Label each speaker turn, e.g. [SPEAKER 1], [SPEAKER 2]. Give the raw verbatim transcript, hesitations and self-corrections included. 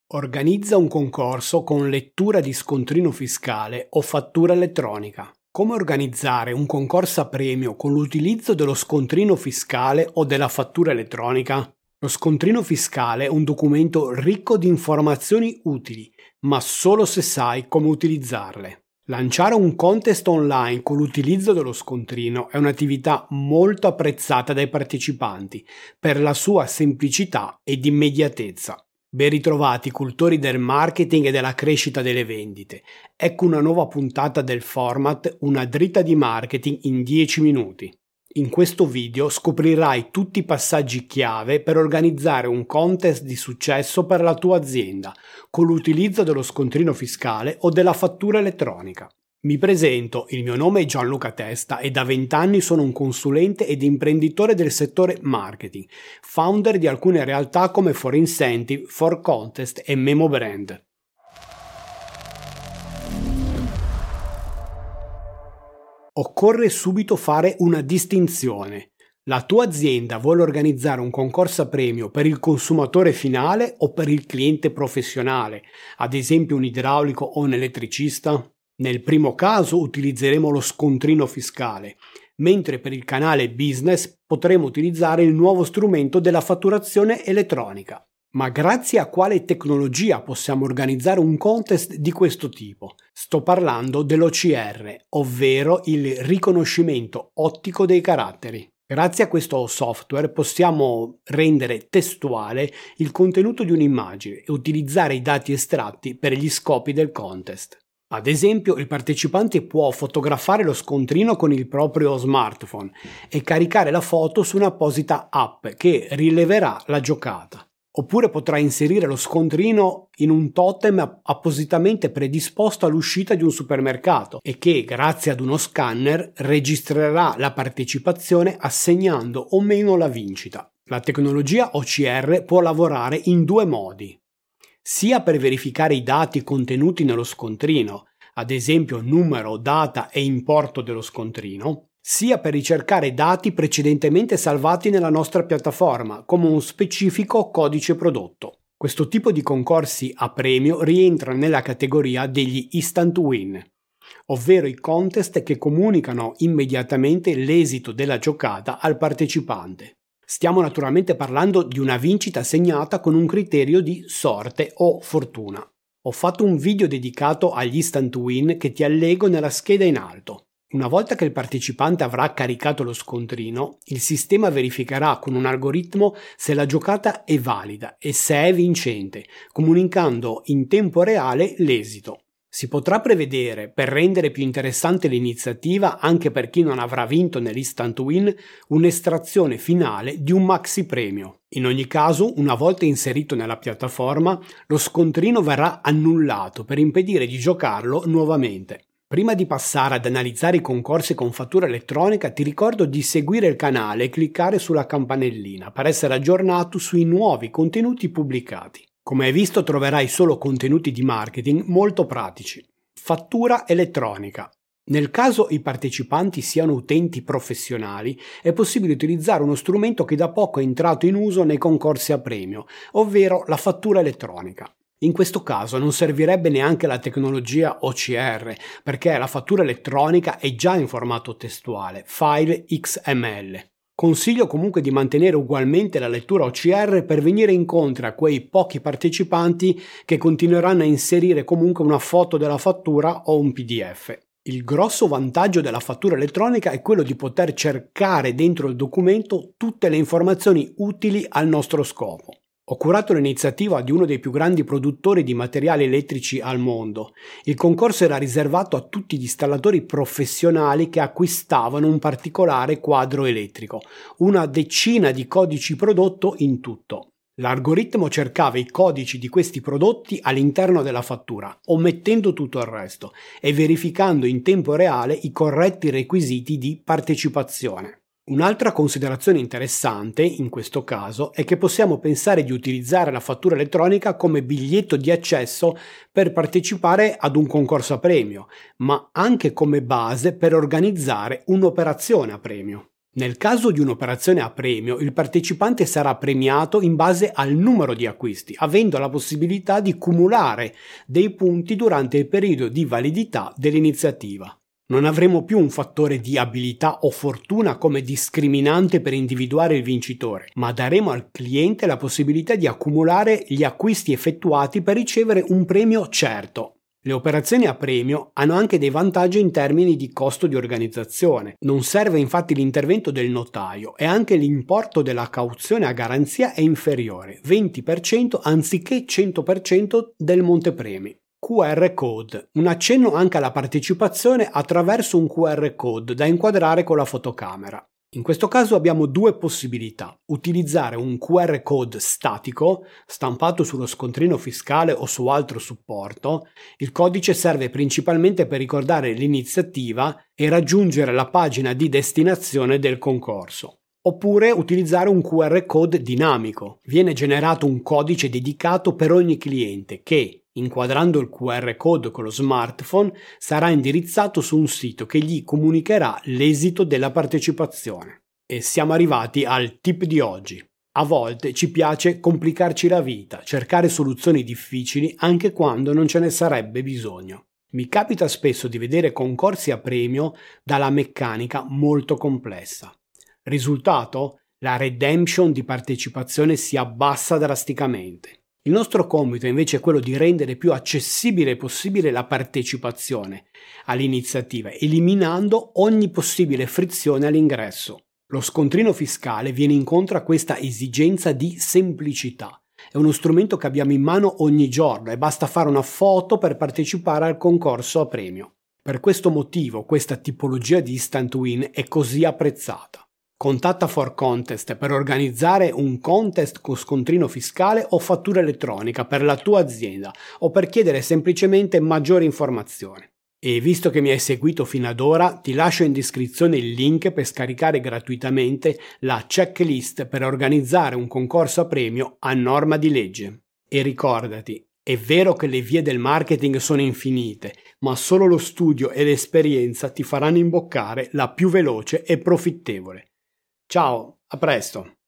[SPEAKER 1] Organizza un concorso con lettura di scontrino fiscale o fattura elettronica. Come organizzare un concorso a premio con l'utilizzo dello scontrino fiscale o della fattura elettronica? Lo scontrino fiscale è un documento ricco di informazioni utili, ma solo se sai come utilizzarle. Lanciare un contest online con l'utilizzo dello scontrino è un'attività molto apprezzata dai partecipanti per la sua semplicità ed immediatezza. Ben ritrovati cultori del marketing e della crescita delle vendite. Ecco una nuova puntata del format Una dritta di marketing in dieci minuti. In questo video scoprirai tutti i passaggi chiave per organizzare un contest di successo per la tua azienda con l'utilizzo dello scontrino fiscale o della fattura elettronica. Mi presento, il mio nome è Gianluca Testa e da venti anni sono un consulente ed imprenditore del settore marketing, founder di alcune realtà come For Incentive, For Contest e Memo Brand. Occorre subito fare una distinzione. La tua azienda vuole organizzare un concorso a premio per il consumatore finale o per il cliente professionale, ad esempio un idraulico o un elettricista? Nel primo caso utilizzeremo lo scontrino fiscale, mentre per il canale business potremo utilizzare il nuovo strumento della fatturazione elettronica. Ma grazie a quale tecnologia possiamo organizzare un contest di questo tipo? Sto parlando dell'O C R, ovvero il riconoscimento ottico dei caratteri. Grazie a questo software possiamo rendere testuale il contenuto di un'immagine e utilizzare i dati estratti per gli scopi del contest. Ad esempio, il partecipante può fotografare lo scontrino con il proprio smartphone e caricare la foto su un'apposita app che rileverà la giocata. Oppure potrà inserire lo scontrino in un totem appositamente predisposto all'uscita di un supermercato e che, grazie ad uno scanner, registrerà la partecipazione assegnando o meno la vincita. La tecnologia O C R può lavorare in due modi. Sia per verificare i dati contenuti nello scontrino, ad esempio numero, data e importo dello scontrino, sia per ricercare dati precedentemente salvati nella nostra piattaforma, come un specifico codice prodotto. Questo tipo di concorsi a premio rientra nella categoria degli instant win, ovvero i contest che comunicano immediatamente l'esito della giocata al partecipante. Stiamo naturalmente parlando di una vincita segnata con un criterio di sorte o fortuna. Ho fatto un video dedicato agli instant win che ti allego nella scheda in alto. Una volta che il partecipante avrà caricato lo scontrino, il sistema verificherà con un algoritmo se la giocata è valida e se è vincente, comunicando in tempo reale l'esito. Si potrà prevedere, per rendere più interessante l'iniziativa anche per chi non avrà vinto nell'instant win, un'estrazione finale di un maxi premio. In ogni caso, una volta inserito nella piattaforma, lo scontrino verrà annullato per impedire di giocarlo nuovamente. Prima di passare ad analizzare i concorsi con fattura elettronica, ti ricordo di seguire il canale e cliccare sulla campanellina per essere aggiornato sui nuovi contenuti pubblicati. Come hai visto, troverai solo contenuti di marketing molto pratici. Fattura elettronica. Nel caso i partecipanti siano utenti professionali, è possibile utilizzare uno strumento che da poco è entrato in uso nei concorsi a premio, ovvero la fattura elettronica. In questo caso non servirebbe neanche la tecnologia O C R, perché la fattura elettronica è già in formato testuale, file X M L. Consiglio comunque di mantenere ugualmente la lettura O C R per venire incontro a quei pochi partecipanti che continueranno a inserire comunque una foto della fattura o un P D F. Il grosso vantaggio della fattura elettronica è quello di poter cercare dentro il documento tutte le informazioni utili al nostro scopo. Ho curato l'iniziativa di uno dei più grandi produttori di materiali elettrici al mondo. Il concorso era riservato a tutti gli installatori professionali che acquistavano un particolare quadro elettrico, una decina di codici prodotto in tutto. L'algoritmo cercava i codici di questi prodotti all'interno della fattura, omettendo tutto il resto e verificando in tempo reale i corretti requisiti di partecipazione. Un'altra considerazione interessante, in questo caso, è che possiamo pensare di utilizzare la fattura elettronica come biglietto di accesso per partecipare ad un concorso a premio, ma anche come base per organizzare un'operazione a premio. Nel caso di un'operazione a premio, il partecipante sarà premiato in base al numero di acquisti, avendo la possibilità di cumulare dei punti durante il periodo di validità dell'iniziativa. Non avremo più un fattore di abilità o fortuna come discriminante per individuare il vincitore, ma daremo al cliente la possibilità di accumulare gli acquisti effettuati per ricevere un premio certo. Le operazioni a premio hanno anche dei vantaggi in termini di costo di organizzazione. Non serve infatti l'intervento del notaio e anche l'importo della cauzione a garanzia è inferiore, venti per cento anziché cento per cento del montepremi. Q R code, un accenno anche alla partecipazione attraverso un Q R code da inquadrare con la fotocamera. In questo caso abbiamo due possibilità: utilizzare un Q R code statico, stampato sullo scontrino fiscale o su altro supporto. Il codice serve principalmente per ricordare l'iniziativa e raggiungere la pagina di destinazione del concorso. Oppure utilizzare un Q R code dinamico. Viene generato un codice dedicato per ogni cliente che, inquadrando il Q R code con lo smartphone, sarà indirizzato su un sito che gli comunicherà l'esito della partecipazione. E siamo arrivati al tip di oggi. A volte ci piace complicarci la vita, cercare soluzioni difficili anche quando non ce ne sarebbe bisogno. Mi capita spesso di vedere concorsi a premio dalla meccanica molto complessa. Risultato? La redemption di partecipazione si abbassa drasticamente. Il nostro compito invece è quello di rendere più accessibile possibile la partecipazione all'iniziativa, eliminando ogni possibile frizione all'ingresso. Lo scontrino fiscale viene incontro a questa esigenza di semplicità. È uno strumento che abbiamo in mano ogni giorno e basta fare una foto per partecipare al concorso a premio. Per questo motivo questa tipologia di instant win è così apprezzata. Contatta For Contest per organizzare un contest con scontrino fiscale o fattura elettronica per la tua azienda o per chiedere semplicemente maggiori informazioni. E visto che mi hai seguito fino ad ora, ti lascio in descrizione il link per scaricare gratuitamente la checklist per organizzare un concorso a premio a norma di legge. E ricordati, è vero che le vie del marketing sono infinite, ma solo lo studio e l'esperienza ti faranno imboccare la più veloce e profittevole. Ciao, a presto!